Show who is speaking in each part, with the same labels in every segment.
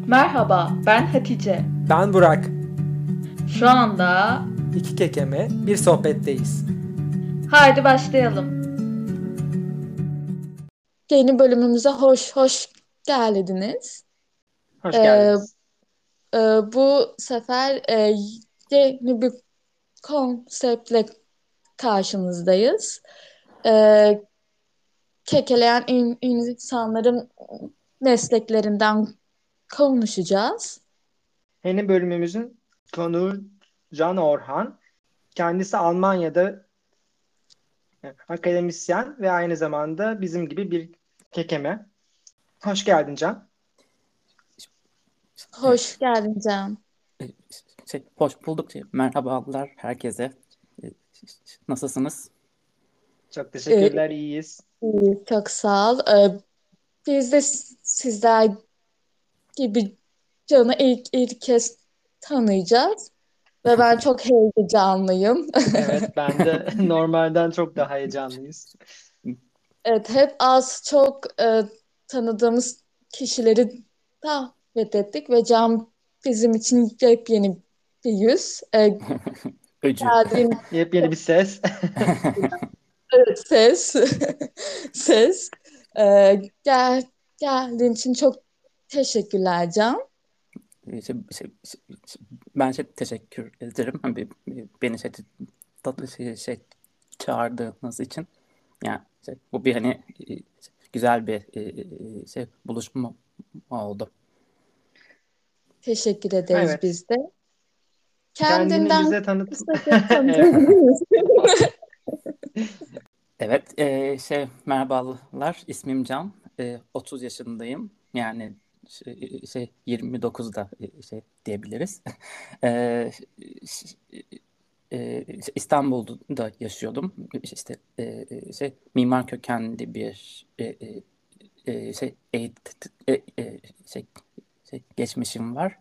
Speaker 1: Merhaba, ben Hatice.
Speaker 2: Ben Burak.
Speaker 1: Şu anda
Speaker 2: İki kekeme bir sohbetteyiz.
Speaker 1: haydi başlayalım.
Speaker 3: Yeni bölümümüze hoş geldiniz.
Speaker 4: Hoş
Speaker 3: Ee,
Speaker 4: geldiniz.
Speaker 3: Bu sefer yeni bir konseptle karşınızdayız. Ee, Kekeleyen insanların mesleklerinden konuşacağız.
Speaker 4: Yeni bölümümüzün konuğu Can Orhan. Kendisi Almanya'da akademisyen ve aynı zamanda bizim gibi bir kekeme. Hoş geldin Can.
Speaker 3: Hoş geldin Can.
Speaker 5: Hoş bulduk. Merhabalar herkese. E, Nasılsınız?
Speaker 4: Çok
Speaker 3: Ee,
Speaker 4: teşekkürler, iyiyiz.
Speaker 3: Çok sağ ol. Biz de sizler gibi Can'ı ilk kez tanıyacağız. Ve ben çok heyecanlıyım.
Speaker 4: Evet, ben de normalden çok daha heyecanlıyız.
Speaker 3: Evet, hep az çok tanıdığımız kişileri davet ettik ve Can bizim için yepyeni bir yüz.
Speaker 5: Öcü.
Speaker 3: Geldiğin
Speaker 4: Yepyeni bir ses.
Speaker 3: evet, ses, ses. Geldiğin için çok teşekkürler Can.
Speaker 5: Ben teşekkür ederim. Beni tatlı çağırdığınız için. Yani bu bir güzel bir buluşma oldu.
Speaker 3: Teşekkür ederiz
Speaker 4: Evet.
Speaker 3: biz de.
Speaker 4: Kendini
Speaker 3: Kendinden
Speaker 4: bize tanıt.
Speaker 3: kısaca
Speaker 4: Evet.
Speaker 3: tanıtabilir misin?
Speaker 5: Evet, merhabalar. İsmim Can. 30 yaşındayım. Yani 29'da diyebiliriz. E, ş- İstanbul'da yaşıyordum. İşte mimar kökenli bir şey, geçmişim var.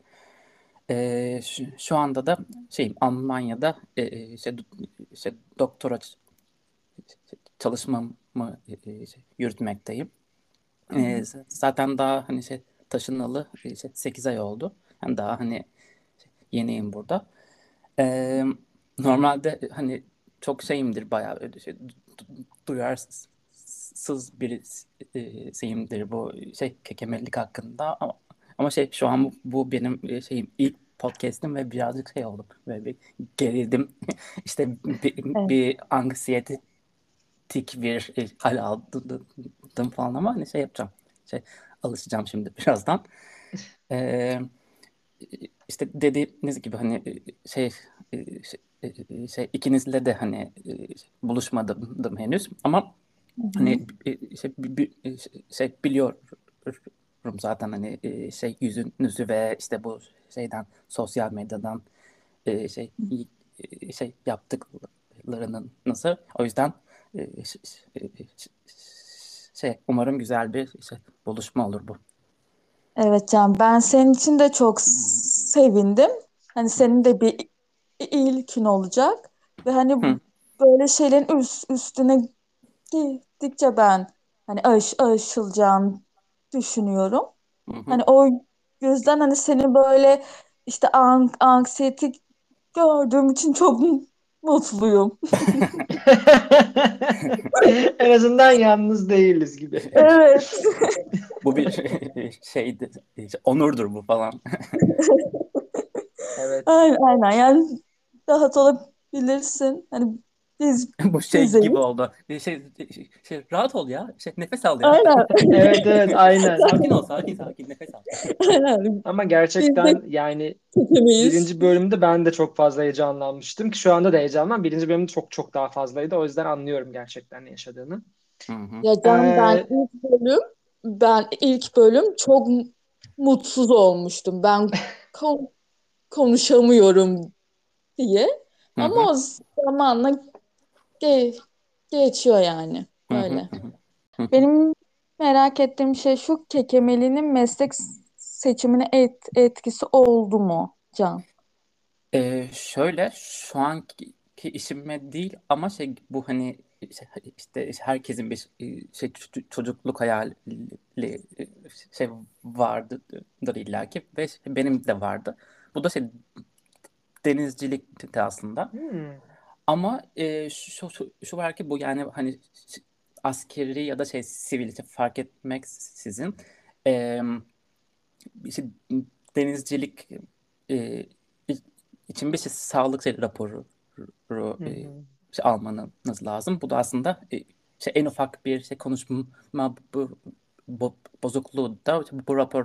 Speaker 5: Şu anda da Almanya'da doktora çalışmamı yürütmekteyim. Zaten daha taşınalı 8 ay oldu. Yani daha yeniyim burada. Ee, Normalde çok şeyimdir, bayağı öyle duyarsız birisiyimdir bu kekemelik hakkında, ama şu an bu benim ilk podcast'im ve birazcık oldum, böyle bir gerildim. İşte
Speaker 3: Evet.
Speaker 5: bir anksiyetik bir hal aldım falan, ama yapacağım. Alışacağım şimdi birazdan. Ee, işte dediğiniz gibi ikinizle de buluşmadım henüz, ama
Speaker 3: Hı hı.
Speaker 5: biliyorum zaten, yüzünüzü ve işte bu sosyal medyadan yaptıklarınızı. O yüzden umarım güzel bir buluşma olur bu.
Speaker 3: Evet Can, ben senin için de çok sevindim. Hani senin de bir ilkin olacak ve hani
Speaker 5: Hı
Speaker 3: böyle şeylerin üstüne gittikçe ben hani aşılacağını düşünüyorum.
Speaker 5: hı hı.
Speaker 3: Hani o yüzden hani seni böyle işte anksiyetik gördüğüm için çok mutluyum.
Speaker 4: En azından yalnız değiliz gibi.
Speaker 3: Evet.
Speaker 5: Bu bir şeydi, onurdur bu falan.
Speaker 4: Evet.
Speaker 3: Aynen yani rahat olabilirsin. Hani biz
Speaker 5: Bu gibi
Speaker 3: bizeyiz.
Speaker 5: oldu. Rahat ol ya. Nefes al ya.
Speaker 3: Aynen.
Speaker 4: Evet, evet, aynen.
Speaker 5: Sakin ol, sakin nefes al.
Speaker 3: Aynen.
Speaker 4: Ama
Speaker 3: Biz de
Speaker 4: gerçekten yani
Speaker 3: çekemeyiz.
Speaker 4: birinci bölümde ben de çok fazla heyecanlanmıştım ki şu anda da heyecanlan. Birinci bölümde çok çok daha fazlaydı. O yüzden anlıyorum gerçekten ne yaşadığını.
Speaker 5: Hı hı.
Speaker 3: Ya Can
Speaker 4: Ee,
Speaker 3: ben ilk bölüm çok mutsuz olmuştum. Ben kon- konuşamıyorum diye.
Speaker 5: Hı
Speaker 3: Ama
Speaker 5: hı.
Speaker 3: o zamanla ge- geçiyor yani
Speaker 5: Hı hı.
Speaker 3: böyle.
Speaker 5: Hı hı. Hı hı.
Speaker 3: Benim merak ettiğim şey şu Kekemeli'nin meslek seçimine etkisi oldu mu Can?
Speaker 5: Şöyle, şu anki işime değil, ama bu işte herkesin bir çocukluk hayali şey vardır illaki ve benim de vardı. Bu da denizcilikti aslında.
Speaker 4: Hmm.
Speaker 5: Ama şu var ki bu yani hani askeri ya da sivil fark etmeksizin e, işte denizcilik e, için bir sağlık raporu
Speaker 4: Hı hı.
Speaker 5: almanız lazım. Bu da aslında en ufak bir konuşma bozukluğu da bu raporu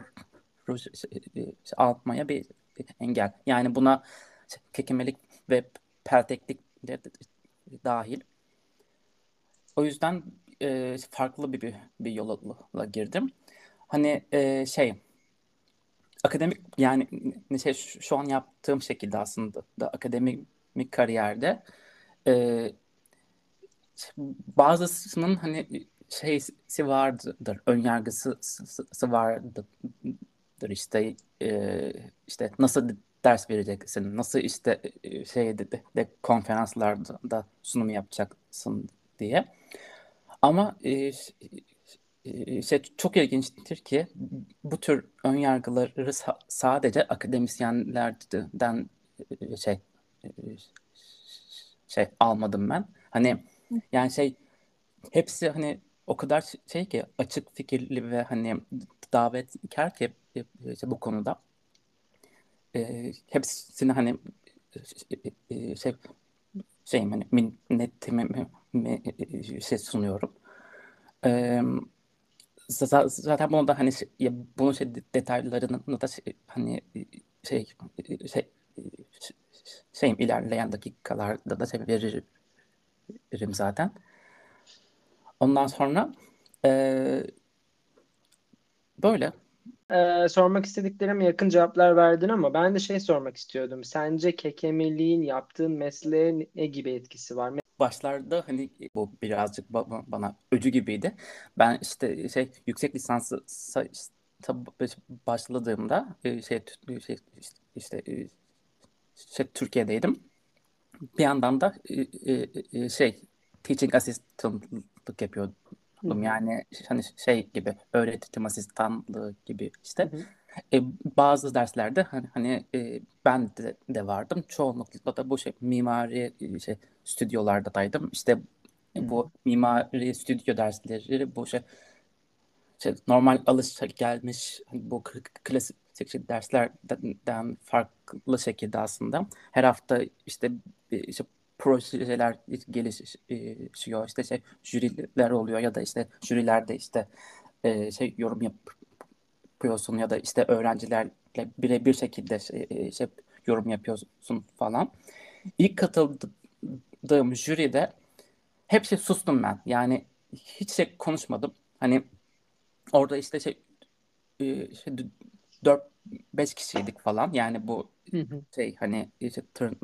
Speaker 5: almaya bir engel. Yani buna kekemelik ve pelteklik de dahil. O yüzden farklı bir yola girdim. Hani akademik yani şu an yaptığım şekilde aslında da akademik kariyerde e, bazısının hani vardır, ön yargısı vardır işte işte nasıl ders vereceksin, nasıl işte konferanslarda sunum yapacaksın diye. Ama çok ilginçtir ki bu tür ön yargıları sadece akademisyenlerden şey e, almadım ben. Hani yani hepsi hani o kadar ki açık fikirli ve hani davetkar ki bu konuda hepsini hani şey hani minnetimi sunuyorum. E, zaten bunu da hani bunun detaylarını da hani şey şey ilerleyen dakikalarda da veririm zaten. Ondan sonra e, böyle.
Speaker 4: Sormak istediklerime yakın cevaplar verdin ama ben de sormak istiyordum. Sence kekemeliğin yaptığın mesleğe ne gibi etkisi var?
Speaker 5: Başlarda hani bu birazcık bana öcü gibiydi. Ben işte yüksek lisansı başladığımda Türkiye'deydim. Bir yandan da teaching assistantlık yapıyordum.
Speaker 4: Hı hı.
Speaker 5: Yani hani gibi öğretim asistanlığı gibi
Speaker 4: Hı
Speaker 5: işte.
Speaker 4: hı.
Speaker 5: Bazı derslerde hani ben de vardım. Çoğunlukla da bu mimari stüdyolardaydım. İşte
Speaker 4: Hı hı.
Speaker 5: bu mimari stüdyo dersleri bu normal gelmiş hani bu klasik derslerden farklı şekilde aslında her hafta işte projeler gelişiyor, işte jüriler oluyor ya da işte jürilerde işte yorum yapıyorsun ya da işte öğrencilerle birebir şekilde yorum yapıyorsun falan. İlk katıldığım jüride hep sustum ben. Yani hiç konuşmadım. Hani orada işte 4-5 kişiydik falan. Yani bu
Speaker 4: Hı hı.
Speaker 5: hani işte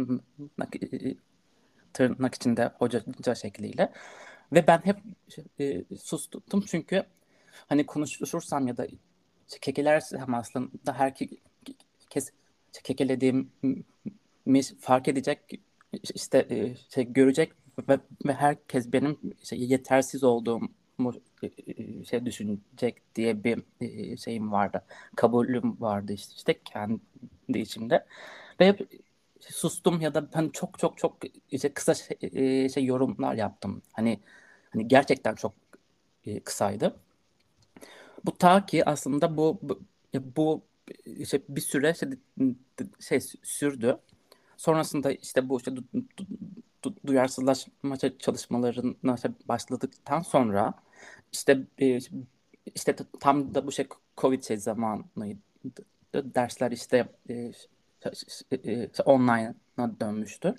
Speaker 5: tırnak içinde hoca şekliyle. Ve ben hep sustum çünkü hani konuşursam ya da kekelersem aslında herkes kekelediğimi fark edecek, işte görecek ve herkes benim yetersiz olduğumu düşünecek diye bir şeyim vardı. Kabulüm vardı işte kendi içimde. Ve hep sustum ya da hani çok çok çok kısa yorumlar yaptım. Hani gerçekten çok kısaydı. Bu ta ki aslında bu bir süre sürdü. Sonrasında işte bu duyarsızlaşma çalışmalarına başladıktan sonra işte tam da bu Covid zamanıydı. Dersler işte online'a dönmüştü.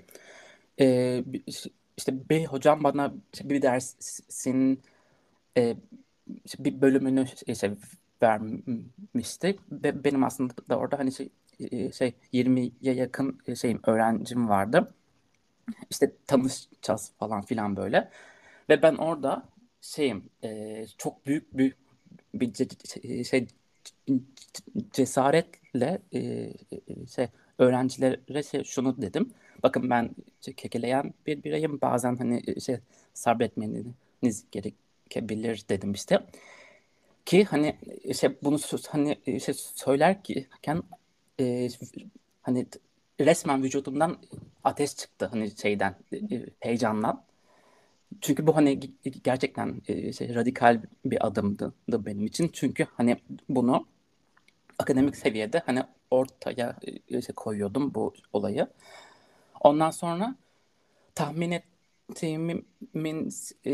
Speaker 5: İşte bir hocam bana bir dersin e, bir bölümünü vermişti ve benim aslında da orada hani 20'ye yakın öğrencim vardı. İşte tanışacağız falan filan böyle. Ve ben orada çok büyük bir cesaretle öğrencilere şunu dedim. Bakın ben kekeleyen bir bireyim. Bazen hani sabretmeniz gerekebilir dedim işte. Ki hani bunu hani söylerken e, hani resmen vücudumdan ateş çıktı hani heyecandan. Çünkü bu hani gerçekten radikal bir adımdı benim için. Çünkü hani bunu akademik seviyede hani ortaya koyuyordum bu olayı. Ondan sonra tahmin ettiğimin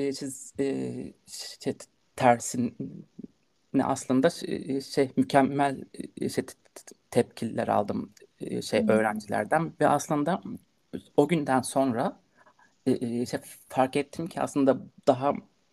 Speaker 5: tersine aslında mükemmel tepkiler aldım öğrencilerden ve aslında o günden sonra fark ettim ki aslında daha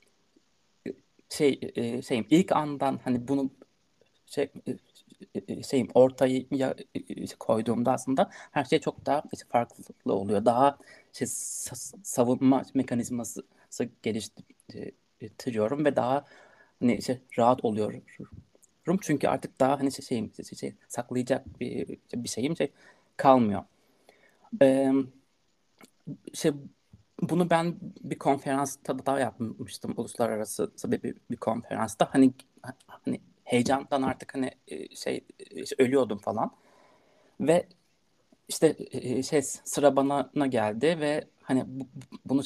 Speaker 5: ilk andan hani bunu şey ortaya koyduğumda aslında her şey çok daha farklı oluyor. Daha savunma mekanizması geliştiriyorum ve daha hani rahat oluyorum. Çünkü artık daha hani saklayacak bir şeyim kalmıyor. Ee, şey Bunu ben bir konferansta daha yapmıştım, uluslararası bir konferansta. Hani heyecandan artık hani ölüyordum falan ve işte sıra bana geldi ve hani bunu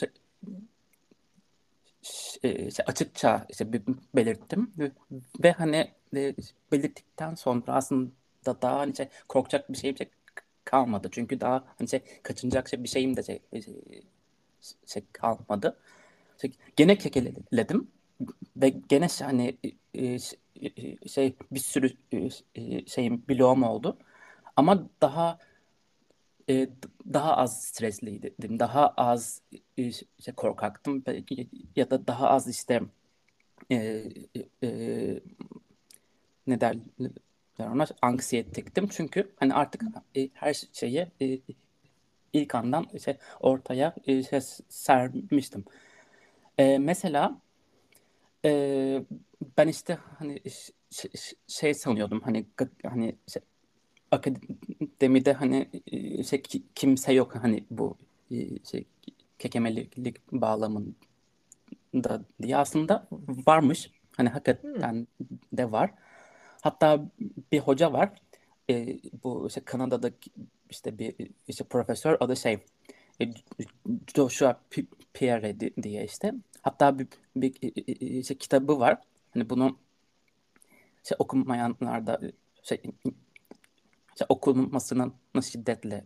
Speaker 5: açıkça belirttim ve hani belirttikten sonra aslında daha hani korkacak bir şeyim kalmadı. Çünkü daha hani kaçınacak bir şeyim de kalmadı. Gene kekeledim ve gene hani bir sürü bloğum oldu. Ama daha az stresliydim. Daha az korkaktım ya da daha az e, e, ne derler ona, anksiyetiktim. Çünkü hani artık her şeyi ilk andan ortaya sermiştim. Mesela e, ben işte hani sanıyordum hani hani akademide hani kimse yok hani bu kekemelik bağlamında diye aslında varmış. Hani
Speaker 4: Hmm.
Speaker 5: hakikaten de var. Hatta bir hoca var. Bu Kanada'daki bir profesör, adı e, Joshua Pierre diye işte. Hatta bir kitabı var. Hani bunu okumayanlar da okunmasını şiddetle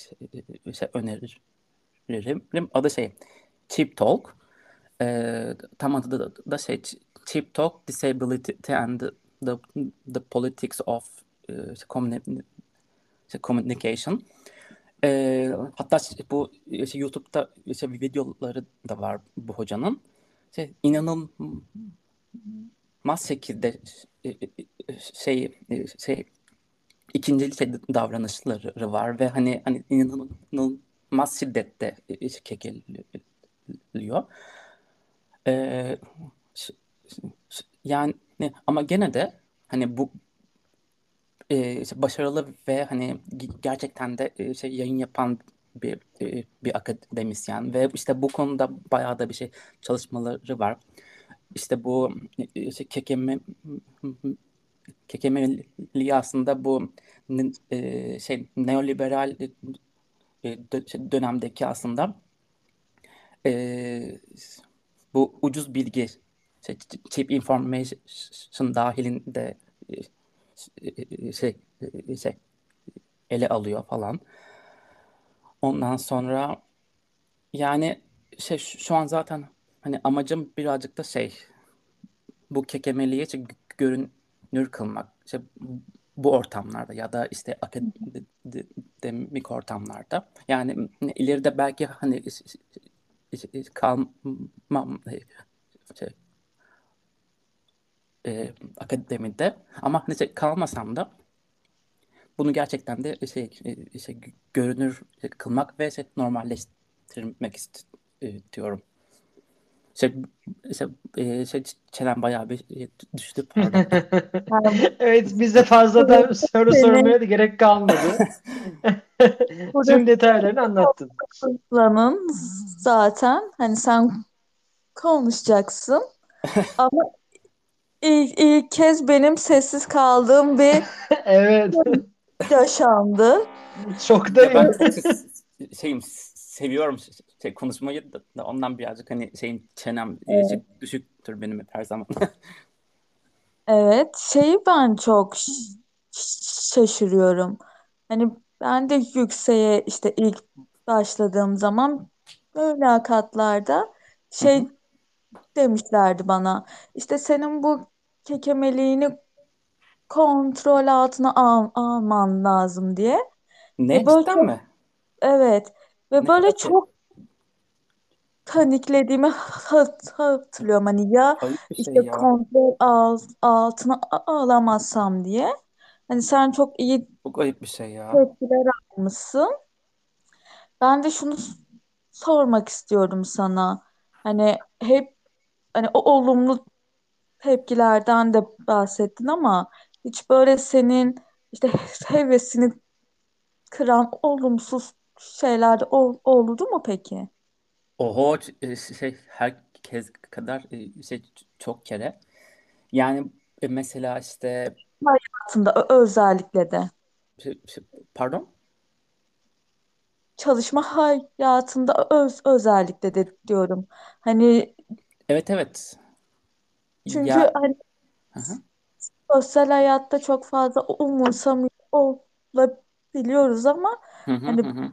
Speaker 5: öneririm. Adı Cheap Talk. Tam adı da Cheap Talk, Disability and the Politics of Communication. Hatta bu YouTube'da videoları da var bu hocanın. İnanılmaz şekilde ikincil davranışları var ve hani inanılmaz şiddette kekeliyor. Ee, ş- Yani ama gene de hani bu başarılı ve hani gerçekten de yayın yapan bir akademisyen ve işte bu konuda bayağı da bir çalışmaları var. İşte bu kekemeliği aslında bu neoliberal dönemdeki aslında e, bu ucuz bilgi cheap information dahilinde şey, ele alıyor falan. Ondan sonra yani şu an zaten hani amacım birazcık da bu kekemeliği görünür kılmak. Bu ortamlarda ya da işte akademik ortamlarda. Yani ileride belki hani kalmam şey, akademide ama hani kalmasam da bunu gerçekten de görünür kılmak ve normalleştirmek istiyorum. Şey, şey, çenen bayağı bir düştü, pardon.
Speaker 3: Yani
Speaker 4: Evet, bize fazla da soru
Speaker 3: seni
Speaker 4: sormaya da gerek kalmadı.
Speaker 3: Burada
Speaker 4: Tüm detaylarını anlattın.
Speaker 3: planın zaten hani sen konuşacaksın ama ilk kez benim sessiz kaldığım bir
Speaker 4: Evet.
Speaker 3: yaşandı.
Speaker 5: Ya ben
Speaker 4: Şoktayım.
Speaker 5: seviyorum konuşmayı da ondan birazcık hani çenem
Speaker 3: Evet.
Speaker 5: düşüktür benim hep her zaman.
Speaker 3: Evet, şeyi ben çok şaşırıyorum. Hani ben de yükseğe işte ilk başladığım zaman böyle mülakatlarda
Speaker 5: Hı hı.
Speaker 3: şey demişlerdi bana. İşte senin bu kekemeliğini kontrol altına alman lazım diye.
Speaker 5: Ne,
Speaker 3: Ve böyle
Speaker 5: cidden
Speaker 3: çok,
Speaker 5: mi?
Speaker 3: evet, ve
Speaker 5: Ne kadar
Speaker 3: böyle çok paniklediğimi hatırlıyorum. Hani ya
Speaker 5: ayıp bir şey
Speaker 3: işte
Speaker 5: ya.
Speaker 3: kontrol altına alamazsam diye. Hani sen çok iyi
Speaker 5: Çok ayıp bir şey ya.
Speaker 3: tepkiler almışsın. Ben de şunu sormak istiyorum sana. Hani hep hani o olumlu tepkilerden de bahsettin ama hiç böyle senin işte hevesini kıran olumsuz şeyler de oldu mu peki?
Speaker 5: Oho, herkes kadar çok kere. Yani mesela işte
Speaker 3: Hayatında özellikle de.
Speaker 5: pardon.
Speaker 3: Çalışma hayatında özellikle de diyorum. Hani
Speaker 5: Evet, evet.
Speaker 3: çünkü
Speaker 5: Ya,
Speaker 3: hani
Speaker 5: hı hı,
Speaker 3: sosyal hayatta çok fazla umursamıyor olabiliyoruz ama
Speaker 5: hı hı,
Speaker 3: hani
Speaker 5: hı hı.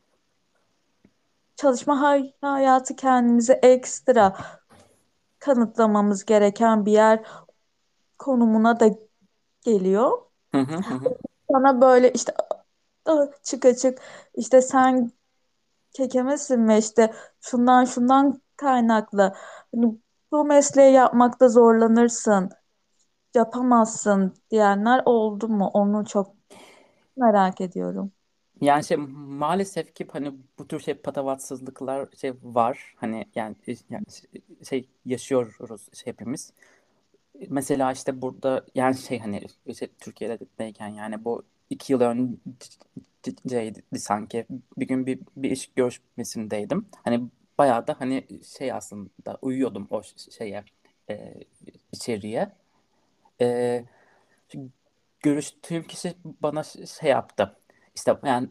Speaker 3: çalışma hayatı kendimize ekstra kanıtlamamız gereken bir yer konumuna da geliyor.
Speaker 5: Hı hı, hı hı.
Speaker 3: Sana böyle işte açık açık işte sen kekemesin ve işte şundan kaynaklı hani bu mesleği yapmakta zorlanırsın, yapamazsın diyenler oldu mu? Onu çok merak ediyorum.
Speaker 5: Yani maalesef ki hani bu tür patavatsızlıklar var. Hani yani yaşıyoruz yaşıyoruz hepimiz. Mesela işte burada yani hani Türkiye'deyken yani bu 2 yıl önceydi sanki bir gün bir iş görüşmesindeydim. Hani bayağı da hani aslında uyuyordum o e, içeriye. E, Görüştüğüm kişi bana yaptı. İşte yani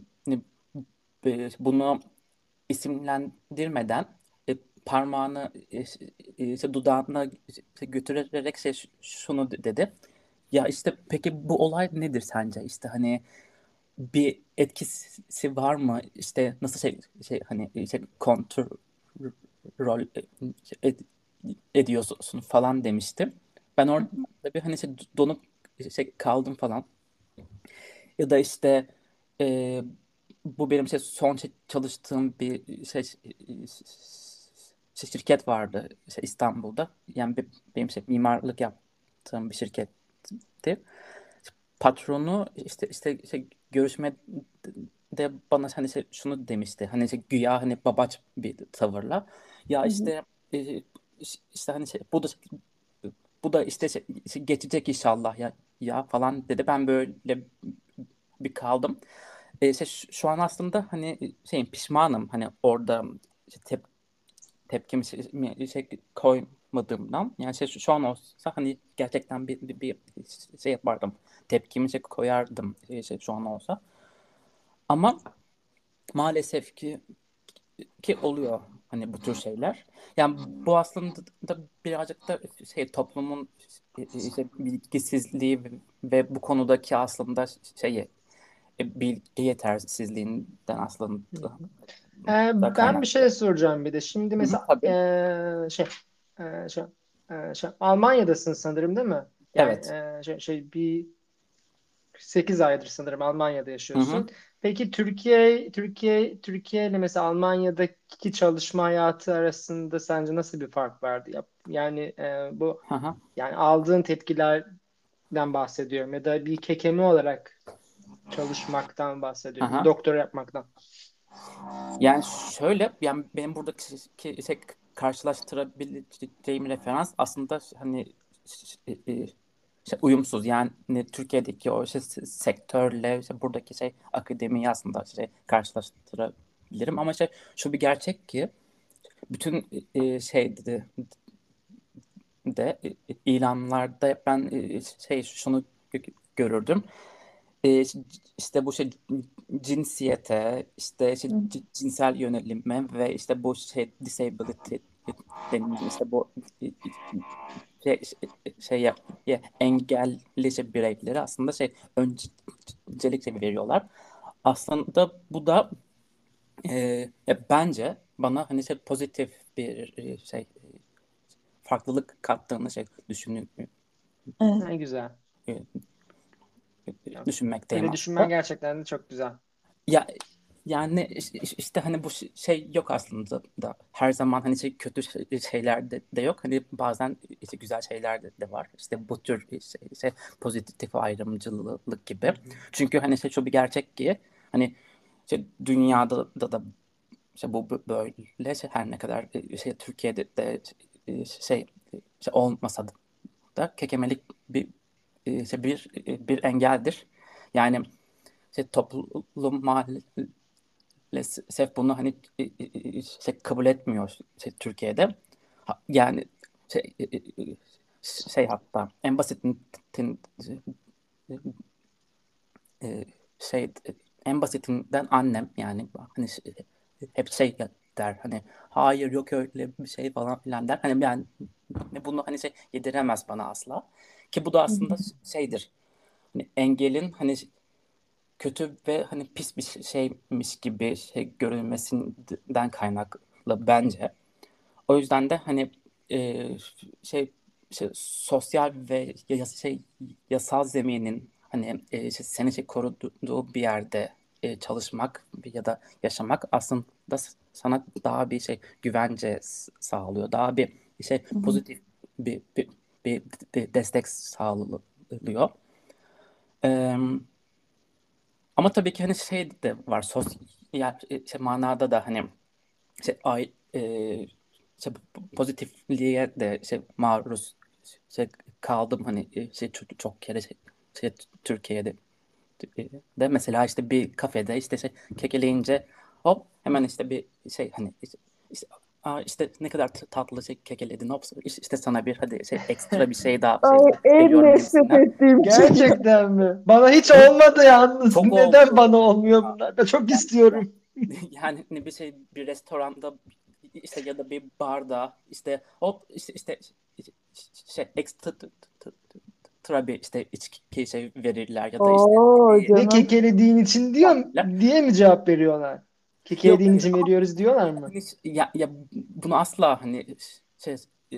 Speaker 5: bunu isimlendirmeden parmağını dudağına götürerek şunu dedi. Ya işte peki bu olay nedir sence? İşte hani bir etkisi var mı? İşte nasıl hani kontrol ed- ediyorsun falan demiştim. Ben orada bir hani donup kaldım falan. Ya da işte e, bu benim son çalıştığım bir şirket vardı İstanbul'da. Yani benim mimarlık yaptığım bir şirketti. Patronu görüşmede bana hani şunu demişti. Hani güya hani babaç bir tavırla. Ya
Speaker 3: Hı hı.
Speaker 5: işte işte hani bu da işte geçecek inşallah ya falan dedi. Ben böyle bir kaldım. Şu an aslında hani pişmanım hani orada işte tepkimi koymadığımdan. Yani şu an olsa hani gerçekten bir yapardım. Tepkimi koyardım şu an olsa. Ama maalesef ki oluyor hani bu tür şeyler. Yani bu aslında da birazcık da toplumun bilgisizliği ve bu konudaki aslında bilgi yetersizliğinden aslında da
Speaker 4: Ben bir şey
Speaker 5: kaynaklı.
Speaker 4: soracağım bir de. Şimdi
Speaker 5: Hı hı,
Speaker 4: mesela
Speaker 5: tabii.
Speaker 4: Almanya'dasın sanırım değil mi? Yani
Speaker 5: Evet.
Speaker 4: bir 8 aydır sanırım Almanya'da
Speaker 5: Hı hı.
Speaker 4: yaşıyorsun. Peki Türkiye ile mesela Almanya'daki çalışma hayatı arasında sence nasıl bir fark vardı? Yani bu
Speaker 5: Hı hı.
Speaker 4: yani aldığın tepkilerden bahsediyorum ya da bir kekeme olarak çalışmaktan
Speaker 5: Hı
Speaker 4: bahsediyorum. Bir
Speaker 5: hı.
Speaker 4: doktora yapmaktan.
Speaker 5: Yani şöyle yani benim buradaki karşılaştırabileceğim referans aslında hani uyumsuz. Yani Türkiye'deki o sektörle buradaki akademiyi aslında karşılaştırabilirim. Ama şu bir gerçek ki bütün ilanlarda ben şunu görürdüm. İşte bu cinsiyete, işte
Speaker 3: Hı.
Speaker 5: cinsel yönelime ve işte bu disability denilen işte bu şey, engelli bireyleri aslında öncelik veriyorlar. Aslında bu da bence bana hani pozitif bir farklılık kattığını düşünüyorum.
Speaker 3: Evet.
Speaker 4: Ne güzel.
Speaker 5: e,
Speaker 4: Ya,
Speaker 5: Düşünmekteyim
Speaker 4: öyle düşünmen
Speaker 5: aslında.
Speaker 4: gerçekten de çok güzel.
Speaker 5: Ya yani işte hani bu yok aslında da her zaman hani kötü şeyler de yok. Hani bazen işte güzel şeyler de var. İşte bu tür pozitif ayrımcılık
Speaker 4: Hı
Speaker 5: gibi.
Speaker 4: hı.
Speaker 5: Çünkü hani bir gerçek ki hani dünyada da bu böyle her ne kadar Türkiye'de de olmasa da kekemelik bir engeldir. Yani toplum maalesef bunu hani kabul etmiyor Türkiye'de. Yani şey, hatta en basitinden e, şey en basitinden annem yani hani hep der hani hayır yok öyle bir şey falan filan der. Hani yani bunu hani yediremez bana asla. Ki bu da
Speaker 3: Hı
Speaker 5: aslında şeydir. Hani engelin hani kötü ve hani pis bir şeymiş gibi görülmesinden kaynaklı bence. O yüzden de hani e, şey sosyal ve yasal zeminin hani seni koruduğu bir yerde çalışmak ya da yaşamak aslında sana daha bir güvence sağlıyor. Daha bir
Speaker 3: hı.
Speaker 5: pozitif bir, bir destek sağlıyor. Eee ama tabii ki hani de var sosyal manada da hani ay pozitifliğe de maruz kaldım hani çok kere Türkiye'de de mesela işte bir kafede işte kekeleyince hop hemen işte bir hani işte, işte ne kadar tatlı kekeledin hop işte sana bir hadi ekstra bir şey daha
Speaker 3: Ay, en
Speaker 5: veriyorum
Speaker 3: nefret
Speaker 5: gibisinden.
Speaker 3: ettiğim şey ya.
Speaker 4: Gerçekten mi? Bana hiç
Speaker 5: Çok
Speaker 4: olmadı yalnız.
Speaker 5: çok
Speaker 4: Neden
Speaker 5: oldu.
Speaker 4: bana olmuyor bunlar? Ben çok
Speaker 5: Yani,
Speaker 4: istiyorum.
Speaker 5: yani ne bir bir restoranda işte ya da bir barda işte hop işte ekstra bir işte içki verirler ya da işte
Speaker 3: Oo
Speaker 4: Ne
Speaker 3: canım.
Speaker 4: kekelediğin için
Speaker 5: verirler.
Speaker 4: diye mi cevap veriyorlar?
Speaker 5: Yok
Speaker 4: Kekelediğin için veriyoruz diyorlar mı?
Speaker 5: hani ya bunu asla hani şey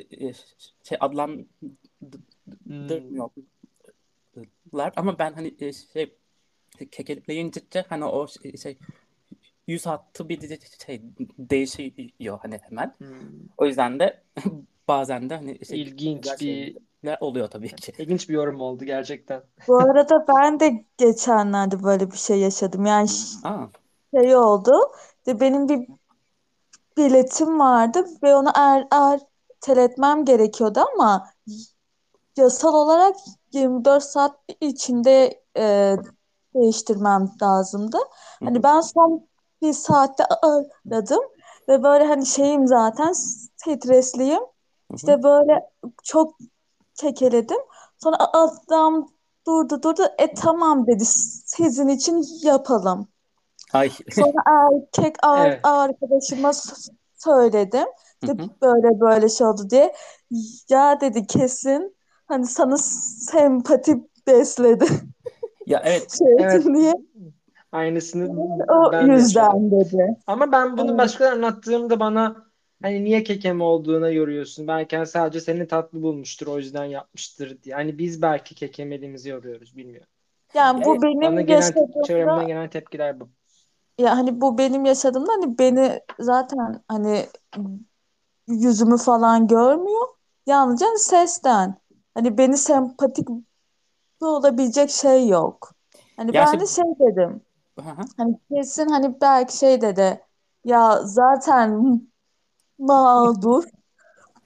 Speaker 4: Hmm.
Speaker 5: adlandırmıyorlar ama ben hani kekeleyince hani o yüz hattı bir değişiyor hani hemen.
Speaker 4: Hmm.
Speaker 5: O yüzden de bazen de hani güzel
Speaker 4: İlginç bir
Speaker 5: şeyler oluyor tabii ki.
Speaker 4: ilginç bir yorum oldu gerçekten.
Speaker 3: Bu arada ben de geçenlerde böyle bir şey yaşadım. Yani
Speaker 5: Aa.
Speaker 3: şey oldu. De benim bir biletim vardı ve onu erteletmem gerekiyordu ama yasal olarak 24 saat içinde değiştirmem lazımdı.
Speaker 5: Hı
Speaker 3: Hani
Speaker 5: hı,
Speaker 3: ben son bir saatte aradım ve böyle hani şeyim zaten stresliyim.
Speaker 5: hı hı.
Speaker 3: İşte böyle çok kekeledim. Sonra adam durdu. Tamam dedi, sizin için yapalım.
Speaker 5: Ay.
Speaker 3: Sonra erkek
Speaker 4: Evet.
Speaker 3: arkadaşıma söyledim.
Speaker 5: Hı
Speaker 3: İşte
Speaker 5: hı.
Speaker 3: böyle böyle şey oldu diye. Ya dedi, kesin hani sana sempati besledi
Speaker 5: Ya evet.
Speaker 3: şey
Speaker 4: Evet.
Speaker 3: için diye.
Speaker 4: Aynısını
Speaker 3: O
Speaker 4: ben de yaşadım.
Speaker 3: yüzden dedi.
Speaker 4: Ama ben bunu
Speaker 3: Evet.
Speaker 4: başkalarına anlattığımda bana hani niye kekem olduğuna yoruyorsun. Belki hani sadece seni tatlı bulmuştur o yüzden yapmıştır diye. Hani biz belki kekemeliğimizi yoruyoruz bilmiyorum.
Speaker 3: Yani
Speaker 5: Ya
Speaker 3: bu
Speaker 5: evet.
Speaker 4: Bana
Speaker 3: benim
Speaker 4: gelen çevremden
Speaker 3: yaşadığımda,
Speaker 4: gelen tepkiler bu.
Speaker 3: ya hani bu benim yaşadığımda hani beni zaten hani yüzümü falan görmüyor. Yalnızca hani sesten. Hani beni sempatik olabilecek şey yok. Hani
Speaker 5: Ya
Speaker 3: ben
Speaker 5: işte
Speaker 3: de şey dedim.
Speaker 5: hı hı.
Speaker 3: Hani kesin hani belki şey dedi. Ya zaten mağdur.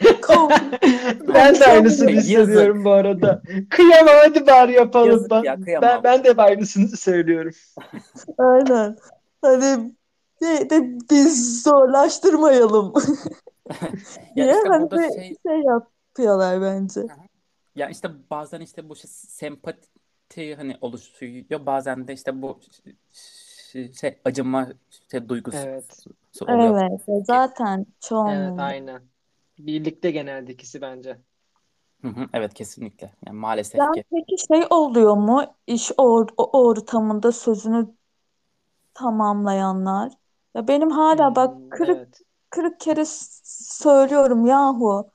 Speaker 4: Ben de aynısını
Speaker 3: Yazık.
Speaker 4: hissediyorum bu arada. Kıyamam, hadi bari yapalım.
Speaker 5: Yazık ya,
Speaker 4: Ben,
Speaker 5: kıyamam.
Speaker 4: ben de hep aynısını söylüyorum.
Speaker 3: Aynen. Hani biz zorlaştırmayalım
Speaker 5: Ya
Speaker 3: diye
Speaker 5: işte
Speaker 3: hani
Speaker 5: burada şey,
Speaker 3: şey yapıyorlar bence.
Speaker 5: ya işte bazen işte bu sempati hani oluşuyor, bazen de işte bu şey acıma duygusu
Speaker 4: Evet.
Speaker 5: oluyor
Speaker 3: Evet,
Speaker 5: ki.
Speaker 3: zaten
Speaker 4: Evet,
Speaker 3: çoğunluğunda.
Speaker 4: aynen. Birlikte genelde ikisi bence.
Speaker 5: Hı hı, evet, kesinlikle. Yani maalesef
Speaker 3: Yani
Speaker 5: ki.
Speaker 3: peki şey oluyor mu iş ortamında sözünü tamamlayanlar? Ya benim hala bak kırık
Speaker 4: Evet.
Speaker 3: kırık kere söylüyorum yahu.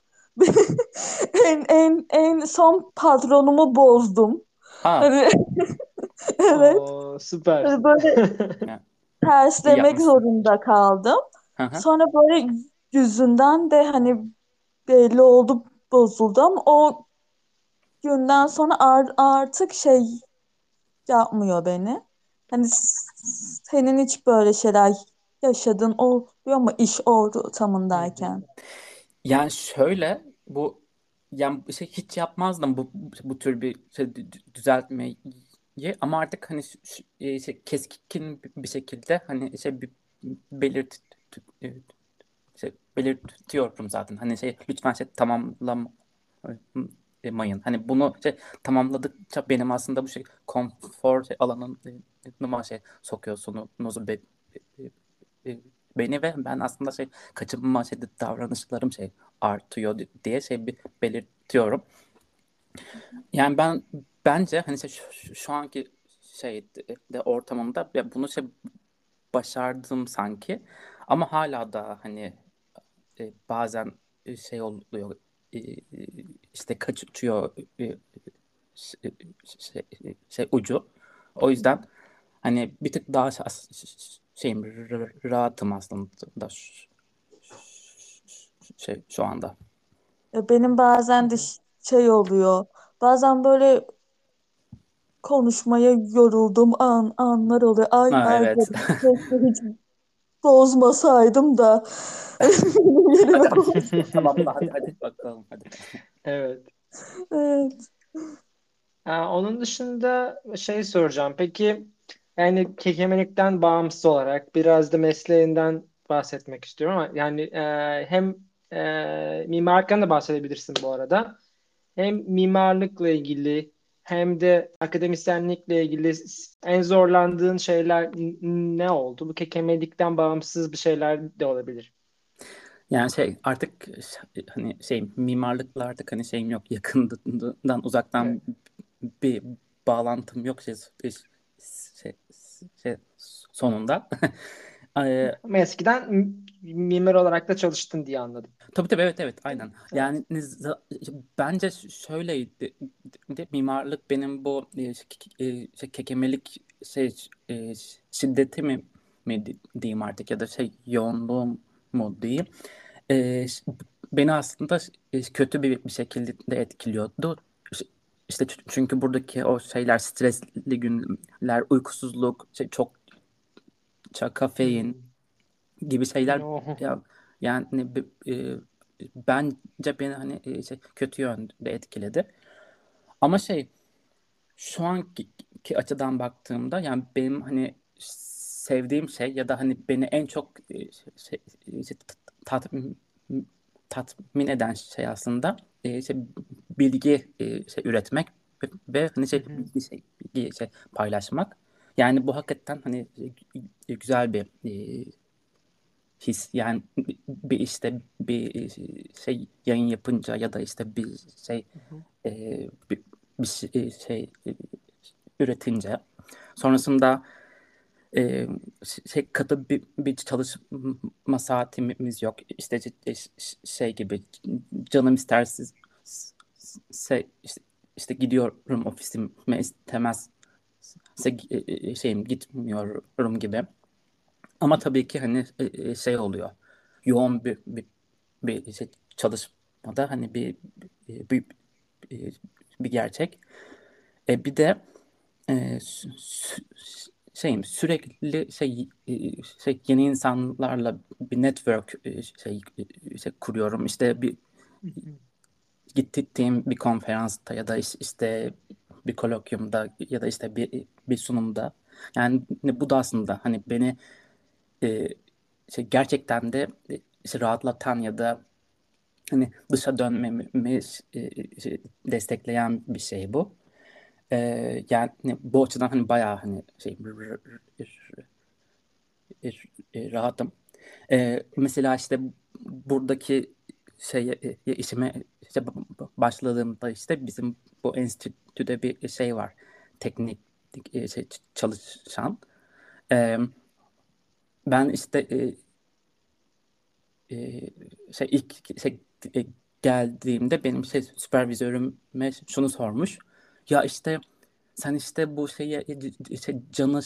Speaker 3: En son patronumu bozdum.
Speaker 5: Aa,
Speaker 3: Hani evet.
Speaker 4: Oo, süper.
Speaker 3: Hani böyle
Speaker 5: ya, iyi
Speaker 3: terslemek
Speaker 5: yapmışsın.
Speaker 3: zorunda kaldım.
Speaker 5: Hı hı.
Speaker 3: Sonra böyle yüzünden de hani belli oldu bozuldu ama o günden sonra artık şey yapmıyor beni. Hani senin hiç böyle şeyler yaşadığın oluyor mu iş
Speaker 4: Hı hı.
Speaker 3: ortamındayken?
Speaker 5: Yani şöyle, bu yani bir şey hiç yapmazdım bu tür bir düzeltmeyi, ama artık hani keskin bir şekilde hani belirt e, belirtiyorum zaten. Hani lütfen tamamlamayın. Hani bunu tamamladıkça benim aslında bu konfor alanıma sokuyorsunuz e, beni, ve ben aslında kaçınma davranışlarım artıyor diye bir belirtiyorum. Yani bence hani şu anki de ortamımda ya bunu başardım sanki, ama hala da hani bazen oluyor, e, işte kaçıyor şey, ucu. O yüzden hani bir tık daha rahatım aslında şu anda.
Speaker 3: Ya benim
Speaker 4: Hı
Speaker 3: bazen de
Speaker 4: hı.
Speaker 3: şey oluyor. Bazen böyle konuşmaya yorulduğum anlar oluyor.
Speaker 5: Ha,
Speaker 3: Ay
Speaker 5: evet.
Speaker 3: dedim. Keşke hiç bozmasaydım da benim yerime
Speaker 5: Hadi
Speaker 3: koy.
Speaker 5: tamamla, hadi bakalım, hadi.
Speaker 4: Evet.
Speaker 3: Evet.
Speaker 4: Onun dışında şey soracağım. Peki, yani kekemelikten bağımsız olarak biraz da mesleğinden bahsetmek istiyorum ama yani hem mimarlıktan da bahsedebilirsin bu arada. Hem mimarlıkla ilgili hem de akademisyenlikle ilgili en zorlandığın şeyler ne oldu? Bu kekemelikten bağımsız bir şeyler de olabilir.
Speaker 5: Yani artık hani mimarlıkla artık hani yok, yakından uzaktan
Speaker 4: Evet.
Speaker 5: bir bağlantım yok şey, şey, sonunda. Eee,
Speaker 4: Ama eskiden mimar olarak da çalıştın diye anladım.
Speaker 5: tabii, evet, evet,
Speaker 4: Değil mi?
Speaker 5: aynen.
Speaker 4: Evet.
Speaker 5: Yani bence şöyleydi, mimarlık benim bu kekemelik şiddeti mi diyeyim artık, ya da yoğunluğum mu diyeyim. Eee, beni aslında kötü bir şekilde de etkiliyordu. İşte çünkü buradaki o stresli günler, uykusuzluk, çok kafein
Speaker 4: Hmm.
Speaker 5: gibi şeyler,
Speaker 4: No.
Speaker 5: ya yani bence beni hani kötü yönde etkiledi. Ama şu anki açıdan baktığımda, yani benim hani sevdiğim ya da hani beni en çok tatmin eden aslında bilgi üretmek ve hani
Speaker 4: Hı hı.
Speaker 5: bilgi paylaşmak. Yani bu hakikaten hani güzel bir his. Yani bir işte bir yayın yapınca, ya da işte bir
Speaker 4: Hı hı.
Speaker 5: bir üretince, sonrasında e, katı bir çalışma saatimiz yok. İşte gibi, canım istersiz işte gidiyorum ofisime, istemezse gitmiyorum gibi. Ama tabii ki hani oluyor. Yoğun bir çalışmada hani e, bir gerçek. Bir de sürekli yeni insanlarla bir network kuruyorum. İşte
Speaker 4: Hı hı.
Speaker 5: gittiğim bir konferansta ya da işte bir kolokyumda ya da işte bir sunumda, yani bu da aslında hani beni e, gerçekten de işte rahatlatan ya da hani dışa dönmemi destekleyen bir şey bu. Yani bu açıdan hani bayağı hani rahatım. Mesela işte buradaki işime işte başladığımda işte bizim bu enstitüde bir şey var. Teknik çalışan. Ee, Ben işte e, ilk geldiğimde benim süpervizörüme şunu sormuş. Ya işte sen işte bu canı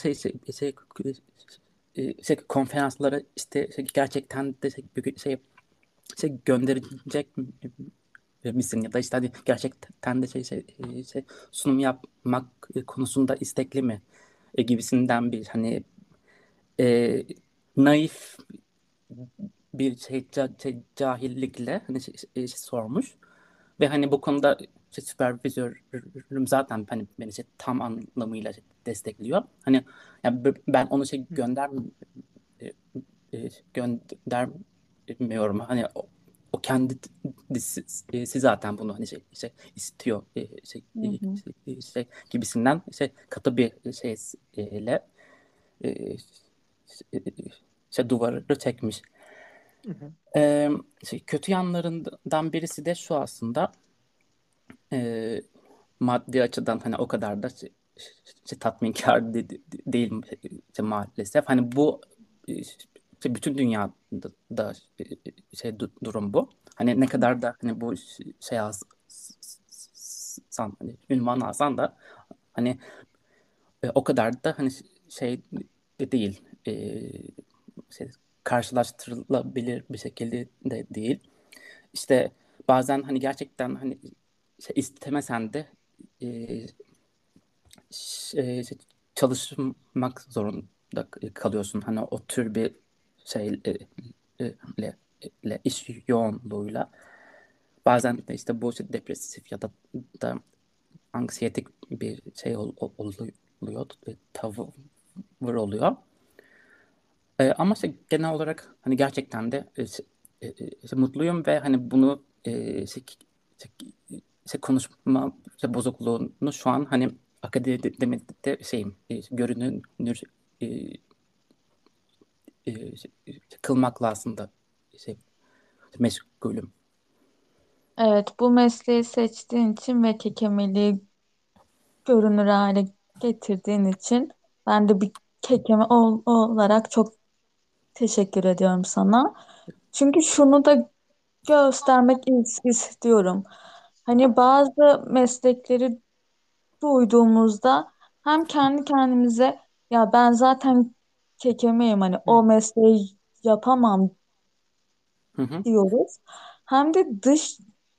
Speaker 5: konferanslara işte gerçekten de gönderecek misin ya da işte hani gerçekten de sunum yapmak konusunda istekli mi gibisinden bir hani e, naif bir cahillikle hani sormuş ve hani bu konuda süpervizörüm zaten hani beni tam anlamıyla destekliyor. Hani yani ben onu e, göndermiyorum. Hani o kendisi zaten bunu hani istiyor
Speaker 3: Hı hı.
Speaker 5: gibisinden katı bir şeyle e, duvarı çekmiş.
Speaker 4: Hı hı.
Speaker 5: Kötü yanlarından birisi de şu aslında, e, maddi açıdan hani o kadar da tatminkar değil maalesef. Hani bu bütün dünyada da durum bu. Hani ne kadar da hani bu hani ünvan alsan da hani o kadar da hani de değil. Şey, karşılaştırılabilir bir şekilde de değil. İşte bazen hani gerçekten hani istemesen de e, çalışmak zorunda kalıyorsun. Hani o tür bir iş yoğunluğuyla. Bazen de işte bu depresif ya da anksiyetik bir oluyor, tavır oluyor. Ama genel olarak hani gerçekten de mutluyum ve hani bunu konuşma bozukluğunu şu an hani akademide görünür e, kılmakla aslında şey, meşgulüm.
Speaker 3: Evet, bu mesleği seçtiğin için ve kekemeliği görünür hale getirdiğin için ben de bir kekeme olarak çok teşekkür ediyorum sana. Çünkü şunu da göstermek istiyorum. Hani bazı meslekleri duyduğumuzda hem kendi kendimize ya ben zaten kekemeyim hani
Speaker 4: Hı.
Speaker 3: o mesleği yapamam
Speaker 5: Hı hı,
Speaker 3: diyoruz. Hem de dış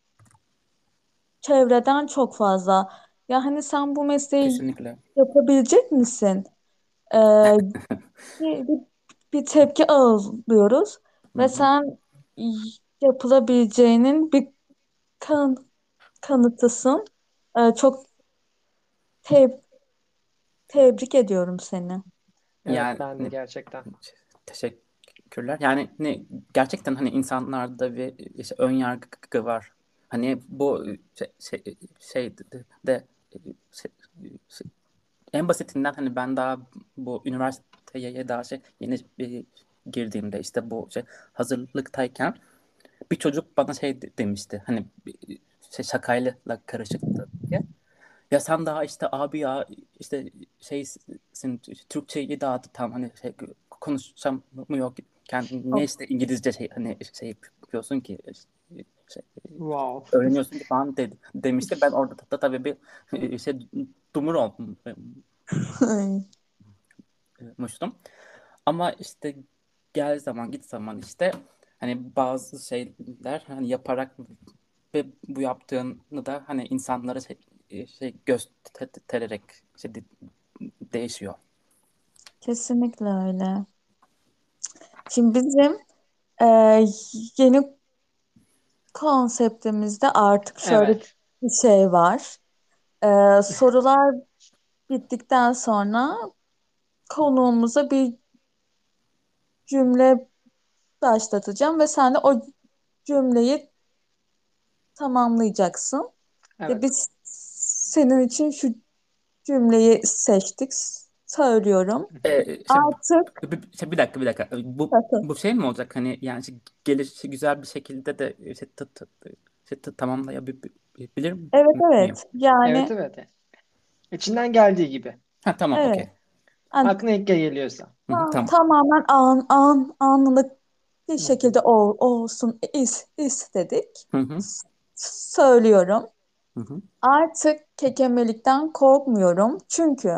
Speaker 3: çevreden çok fazla ya hani sen bu mesleği
Speaker 5: kesinlikle.
Speaker 3: yapabilecek misin? Ee, bir, bir, bir tepki alıyoruz
Speaker 5: Hı
Speaker 3: ve
Speaker 5: hı.
Speaker 3: sen yapılabileceğinin bir kan kanıtısın. Çok te- tebrik ediyorum seni.
Speaker 4: Evet,
Speaker 5: Yani
Speaker 4: ben de gerçekten.
Speaker 5: teşekkürler. Yani gerçekten hani insanlarda bir işte ön yargı var. Hani bu de şey- şey- en basitinden hani ben daha bu üniversiteye daha yeni bir girdiğimde işte bu hazırlıktayken bir çocuk bana demişti. Hani şakayla karışıktı diye. Ya sen daha işte abi ya işte şeysin, Türkçeyi daha tam hani konuşamıyorken niye
Speaker 3: O
Speaker 5: işte İngilizce hani yapıyorsun ki şey,
Speaker 4: Wow.
Speaker 5: öğreniyorsun ki falan demişti. Ben orada tabii bir dumur olmuştum. Ama işte gel zaman git zaman işte hani bazı şeyler hani yaparak ve bu yaptığını da hani insanlara göstererek değişiyor.
Speaker 3: kesinlikle öyle. Şimdi bizim e, yeni konseptimizde artık şöyle
Speaker 4: Evet.
Speaker 3: bir şey var. Sorular bittikten sonra konuğumuza bir cümle başlatacağım ve sen de o cümleyi tamamlayacaksın. İşte
Speaker 4: Evet.
Speaker 3: biz senin için şu cümleyi seçtik, söylüyorum.
Speaker 5: Şey,
Speaker 3: Artık
Speaker 5: bir dakika bir dakika. Bu şey mi olacak hani yani gelişi güzel bir şekilde de tamamlayabilir
Speaker 3: evet
Speaker 5: miyim?
Speaker 3: evet
Speaker 4: Evet,
Speaker 3: yani
Speaker 4: evet. İçinden geldiği gibi.
Speaker 5: Ha tamam
Speaker 3: evet
Speaker 5: okey.
Speaker 3: yani
Speaker 4: Aklına ilk geliyorsa.
Speaker 5: Hı hı, tamam.
Speaker 3: tamamen anlık bir
Speaker 4: Hı hı.
Speaker 3: şekilde olsun istedik.
Speaker 5: Hı hı,
Speaker 3: Söylüyorum.
Speaker 5: hı hı.
Speaker 3: Artık kekemelikten korkmuyorum. Çünkü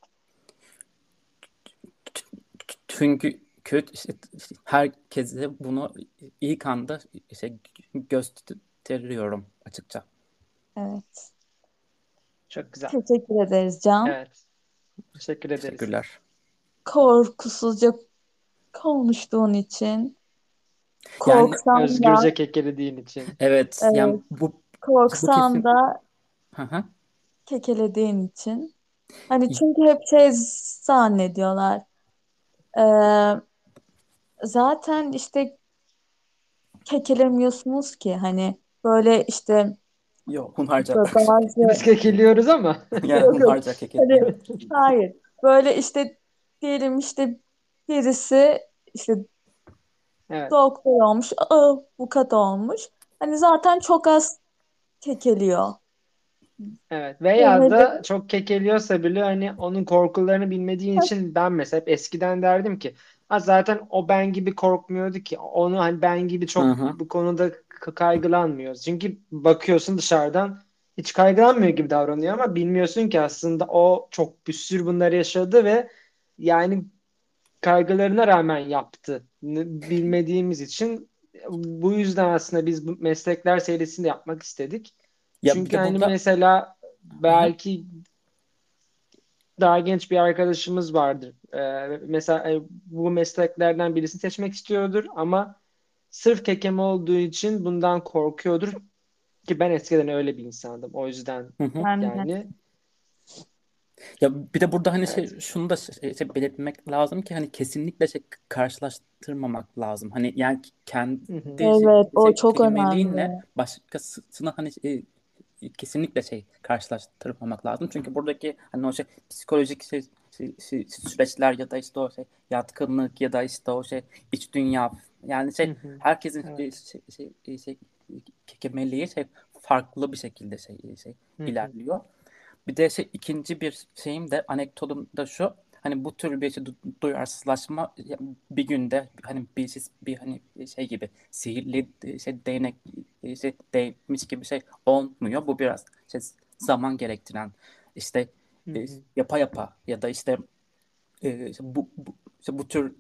Speaker 5: Çünkü kötü işte herkese bunu ilk anda işte gösteriyorum açıkça.
Speaker 3: evet,
Speaker 4: Çok güzel.
Speaker 3: teşekkür ederiz Can.
Speaker 4: Evet. Teşekkür ederiz.
Speaker 5: Teşekkürler.
Speaker 3: Korkusuzca konuştuğun için.
Speaker 5: Yani
Speaker 3: Korksan da,
Speaker 4: Özgürce kekelediğin için.
Speaker 5: evet yani
Speaker 3: evet,
Speaker 5: bu
Speaker 3: korksan
Speaker 5: kesin.
Speaker 3: da
Speaker 5: Hı hı.
Speaker 3: kekelediğin için. Hani çünkü hep şey zannediyorlar. Ee, zaten işte kekelemiyorsunuz ki hani böyle işte
Speaker 5: Yok hunharca
Speaker 4: Biz
Speaker 3: bazı
Speaker 4: kekeliyoruz ama.
Speaker 5: yani
Speaker 3: yok yok
Speaker 5: hunharca
Speaker 3: hani
Speaker 5: kekelemiyorum.
Speaker 3: hayır böyle işte diyelim işte birisi işte
Speaker 4: Evet.
Speaker 3: doktor olmuş, avukat olmuş. Hani zaten çok az kekeliyor.
Speaker 4: Evet. Veya
Speaker 3: Sevmedi.
Speaker 4: da çok kekeliyorsa bile hani onun korkularını bilmediğin için ben mesela hep eskiden derdim ki ha zaten o ben gibi korkmuyordu ki. Onu hani ben gibi
Speaker 5: Hı
Speaker 4: çok
Speaker 5: hı.
Speaker 4: bu konuda kaygılanmıyor. Çünkü bakıyorsun dışarıdan hiç kaygılanmıyor gibi davranıyor ama bilmiyorsun ki aslında o çok bir sürü bunları yaşadı ve yani kaygılarına rağmen yaptı. Bilmediğimiz için bu yüzden aslında biz bu meslekler serisini de yapmak istedik.
Speaker 5: Ya bir
Speaker 4: Çünkü
Speaker 5: de
Speaker 4: hani
Speaker 5: burada
Speaker 4: mesela
Speaker 5: hı hı.
Speaker 4: belki daha genç bir arkadaşımız vardır. Mesela bu mesleklerden birisini seçmek istiyordur ama sırf kekeme olduğu için bundan korkuyordur ki ben eskiden öyle bir insandım. O yüzden
Speaker 5: Hı hı.
Speaker 3: Ben de.
Speaker 4: yani
Speaker 5: Ya bir de burada hani
Speaker 4: evet.
Speaker 5: şunu da belirtmek lazım ki hani kesinlikle karşılaştırmamak lazım. Hani yani kendi
Speaker 4: Hı hı.
Speaker 3: Evet, o çok
Speaker 5: kelimeleriyle
Speaker 3: önemli.
Speaker 5: başkasına hani kesinlikle karşılaştırmamak lazım. Çünkü buradaki hani o psikolojik süreçler ya da işte o yatkınlık ya da işte o iç dünya yani
Speaker 4: Hı hı.
Speaker 5: herkesin
Speaker 4: Evet.
Speaker 5: kekemeliği farklı bir şekilde
Speaker 4: Hı hı.
Speaker 5: ilerliyor. Bir de ikinci bir şeyim de anekdotum da şu. Hani bu tür bir duyarsızlaşma bir günde hani bir hani şey gibi sihirli değnek değmiş gibi olmuyor. Bu biraz zaman gerektiren işte
Speaker 4: Hı hı.
Speaker 5: yapa yapa ya da işte bu tür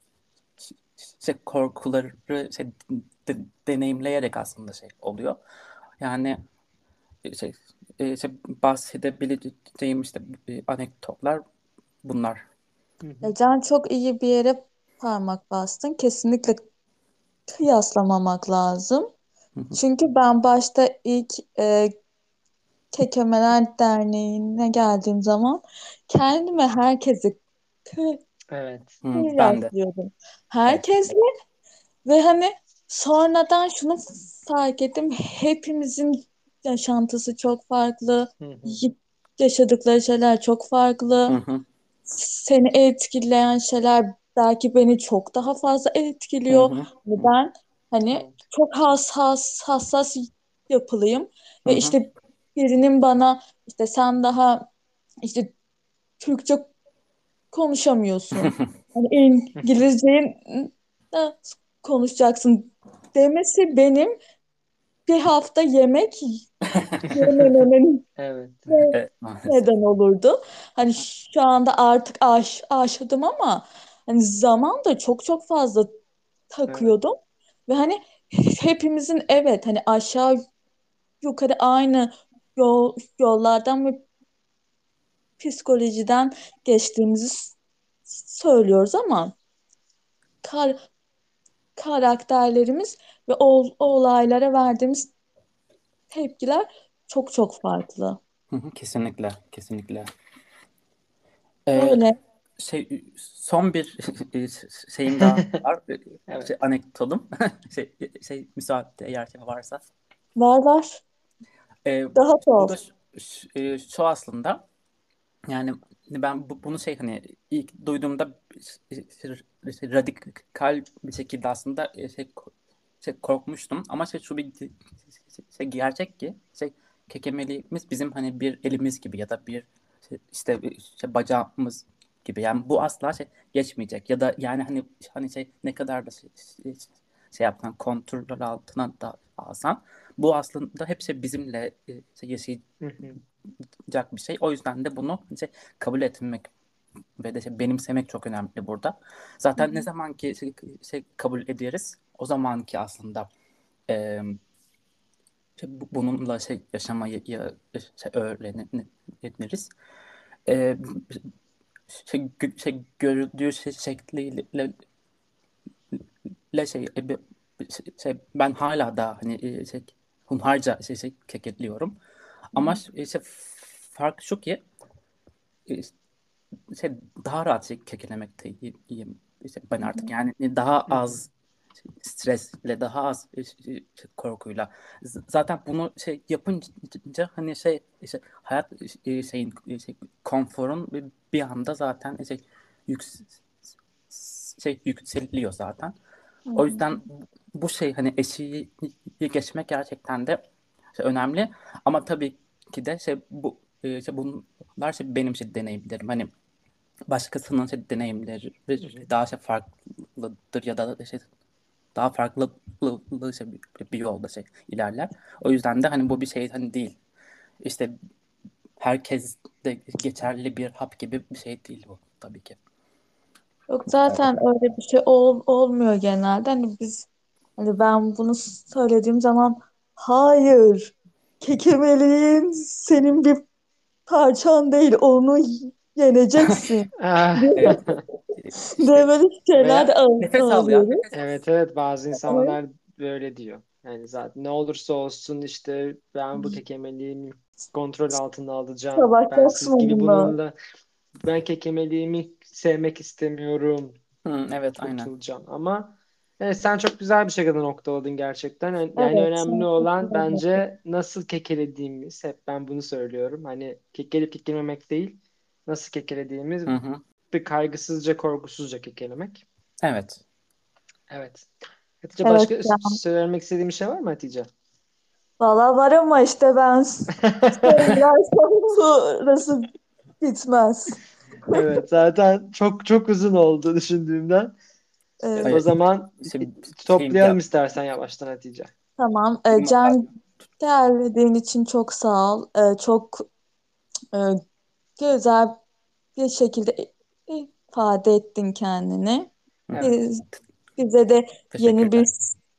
Speaker 5: korkuları deneyimleyerek aslında oluyor. Yani şey, bahsedebileceğim işte anekdotlar bunlar.
Speaker 4: Hı hı.
Speaker 3: Can çok iyi bir yere parmak bastın. Kesinlikle kıyaslamamak lazım.
Speaker 5: Hı hı,
Speaker 3: Çünkü ben başta ilk Kekemeler Derneği'ne geldiğim zaman kendime herkesi
Speaker 4: Evet.
Speaker 5: ben de.
Speaker 3: kıyaslıyordum.
Speaker 5: Evet.
Speaker 3: Herkesle ve hani sonradan şunu fark ettim. Hepimizin yaşantısı çok farklı.
Speaker 4: Hı hı.
Speaker 3: Yaşadıkları şeyler çok
Speaker 5: Hı
Speaker 3: farklı.
Speaker 5: hı,
Speaker 3: Seni etkileyen şeyler belki beni çok daha fazla
Speaker 5: hı
Speaker 3: etkiliyor.
Speaker 5: hı,
Speaker 3: Ve ben hani
Speaker 4: Evet.
Speaker 3: çok hassas yapılıyım
Speaker 5: hı
Speaker 3: ve
Speaker 5: hı,
Speaker 3: işte birinin bana işte sen daha işte Türkçe konuşamıyorsun. Hani İngilizceyi de konuşacaksın demesi benim bir hafta yemek yemememin
Speaker 4: Evet.
Speaker 5: evet maalesef.
Speaker 3: neden olurdu. Hani şu anda artık aşladım ama hani zaman da çok fazla
Speaker 4: Evet.
Speaker 3: takıyordum. Ve hani hepimizin evet hani aşağı yukarı aynı yollardan ve psikolojiden geçtiğimizi söylüyoruz ama kar karakterlerimiz ve o olaylara verdiğimiz tepkiler çok çok farklı.
Speaker 5: Hı hı, kesinlikle, kesinlikle. Ee,
Speaker 3: Öyle.
Speaker 5: Son bir şeyim daha var.
Speaker 4: Evet.
Speaker 5: Anekdotum. Müsaade eğer şey varsa.
Speaker 3: Var.
Speaker 5: Ee,
Speaker 3: Daha
Speaker 5: Bu
Speaker 3: çok.
Speaker 5: da şu aslında, yani ben bunu hani ilk duyduğumda radikal bir şekilde aslında korkmuştum, ama şu bir gerçek ki kekemeliğimiz bizim hani bir elimiz gibi ya da bir işte bacağımız gibi, yani bu asla geçmeyecek ya da yani hani ne kadar da yapsan, kontrol altına da alsan, bu aslında hepsi bizimle yaşayacak
Speaker 4: Hı hı.
Speaker 5: bir şey. O yüzden de bunu kabul etmek ve de benimsemek çok önemli burada. Zaten ne zaman ki kabul ederiz, o zaman ki aslında e, bununla yaşamayı öğreniriz. E, Görüldüğü şekliyle ben hala da hani hunharca keketliyorum. Ama fark şu ki e, şey daha rahat kekelemekteyim ben artık, yani daha
Speaker 4: Hı hı.
Speaker 5: az stresle, daha az korkuyla. Zaten bunu yapınca hani hayat konforun bir anda zaten yüks yükseliyor zaten.
Speaker 3: Hı
Speaker 5: O
Speaker 3: hı.
Speaker 5: yüzden bu hani eşiği geçmek gerçekten de önemli, ama tabii ki de bunlar benim deneyimlerim. Hani başkasının deneyimleri daha farklıdır ya da daha farklı bir yolda ilerler. O yüzden de hani bu bir şey hani değil. İşte herkes de geçerli bir hap gibi bir şey değil bu tabii ki.
Speaker 3: Yok, zaten öyle bir şey olmuyor genelde. Hani ben bunu söylediğim zaman hayır, kekemeliğin senin bir parçan değil, onu yeneceksin
Speaker 4: Ah,
Speaker 3: diye,
Speaker 4: evet.
Speaker 5: İşte
Speaker 3: böyle şeyler de
Speaker 4: Veya
Speaker 5: nefes al ya,
Speaker 3: alıyoruz.
Speaker 5: nefes al.
Speaker 4: evet, bazı
Speaker 3: Evet.
Speaker 4: insanlar böyle diyor. Yani zaten ne olursa olsun işte ben bu kekemeliğimi kontrol altına alacağım. Ben
Speaker 3: Savaşacaksın
Speaker 4: siz gibi
Speaker 3: onunla.
Speaker 4: bununla ben kekemeliğimi sevmek istemiyorum.
Speaker 5: Hı, evet, aynen.
Speaker 4: Kurtulacağım. Ama evet, sen çok güzel bir şekilde noktaladın gerçekten. Yani
Speaker 3: Evet.
Speaker 4: önemli olan bence nasıl kekelediğimiz. Hep ben bunu söylüyorum. Hani kekelip kekelememek değil. Nasıl kekelediğimiz,
Speaker 5: Hı hı.
Speaker 4: bir kaygısızca, korkusuzca kekelemek.
Speaker 5: Evet.
Speaker 4: Evet. Hatice,
Speaker 3: Evet
Speaker 4: başka
Speaker 3: ya.
Speaker 4: söylemek istediğin bir şey var mı Hatice?
Speaker 3: Valla var ama işte ben söylersem burası bitmez.
Speaker 4: Evet, zaten çok çok uzun oldu düşündüğümden. Evet, o
Speaker 3: Evet.
Speaker 4: zaman
Speaker 5: Şey,
Speaker 4: toplayalım
Speaker 5: yap.
Speaker 4: istersen yavaştan Hatice.
Speaker 3: Tamam.
Speaker 5: Mutlaka.
Speaker 3: Can, geldiğin için çok sağ ol. Çok e, güzel bir şekilde ifade ettin kendini.
Speaker 5: Hı hı.
Speaker 4: Evet.
Speaker 3: Biz, bize de yeni bir
Speaker 5: Teşekkürler.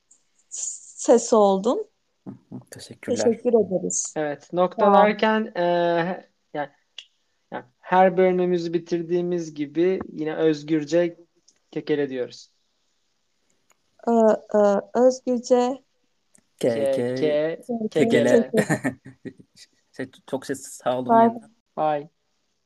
Speaker 3: ses oldun.
Speaker 5: Hı hı. Teşekkürler.
Speaker 3: Teşekkür ederiz.
Speaker 4: Evet,
Speaker 3: Sağ ol.
Speaker 4: noktalarken yani, yani her bölümümüzü bitirdiğimiz gibi yine özgürce kekele diyoruz.
Speaker 3: Ee, Özgürce
Speaker 5: Ke
Speaker 4: Ke,
Speaker 5: ke
Speaker 4: ke,
Speaker 5: kekele.
Speaker 4: kekele.
Speaker 3: kekele.
Speaker 5: Çok sağ olun
Speaker 3: Bye.
Speaker 5: yeniden.
Speaker 4: Bye.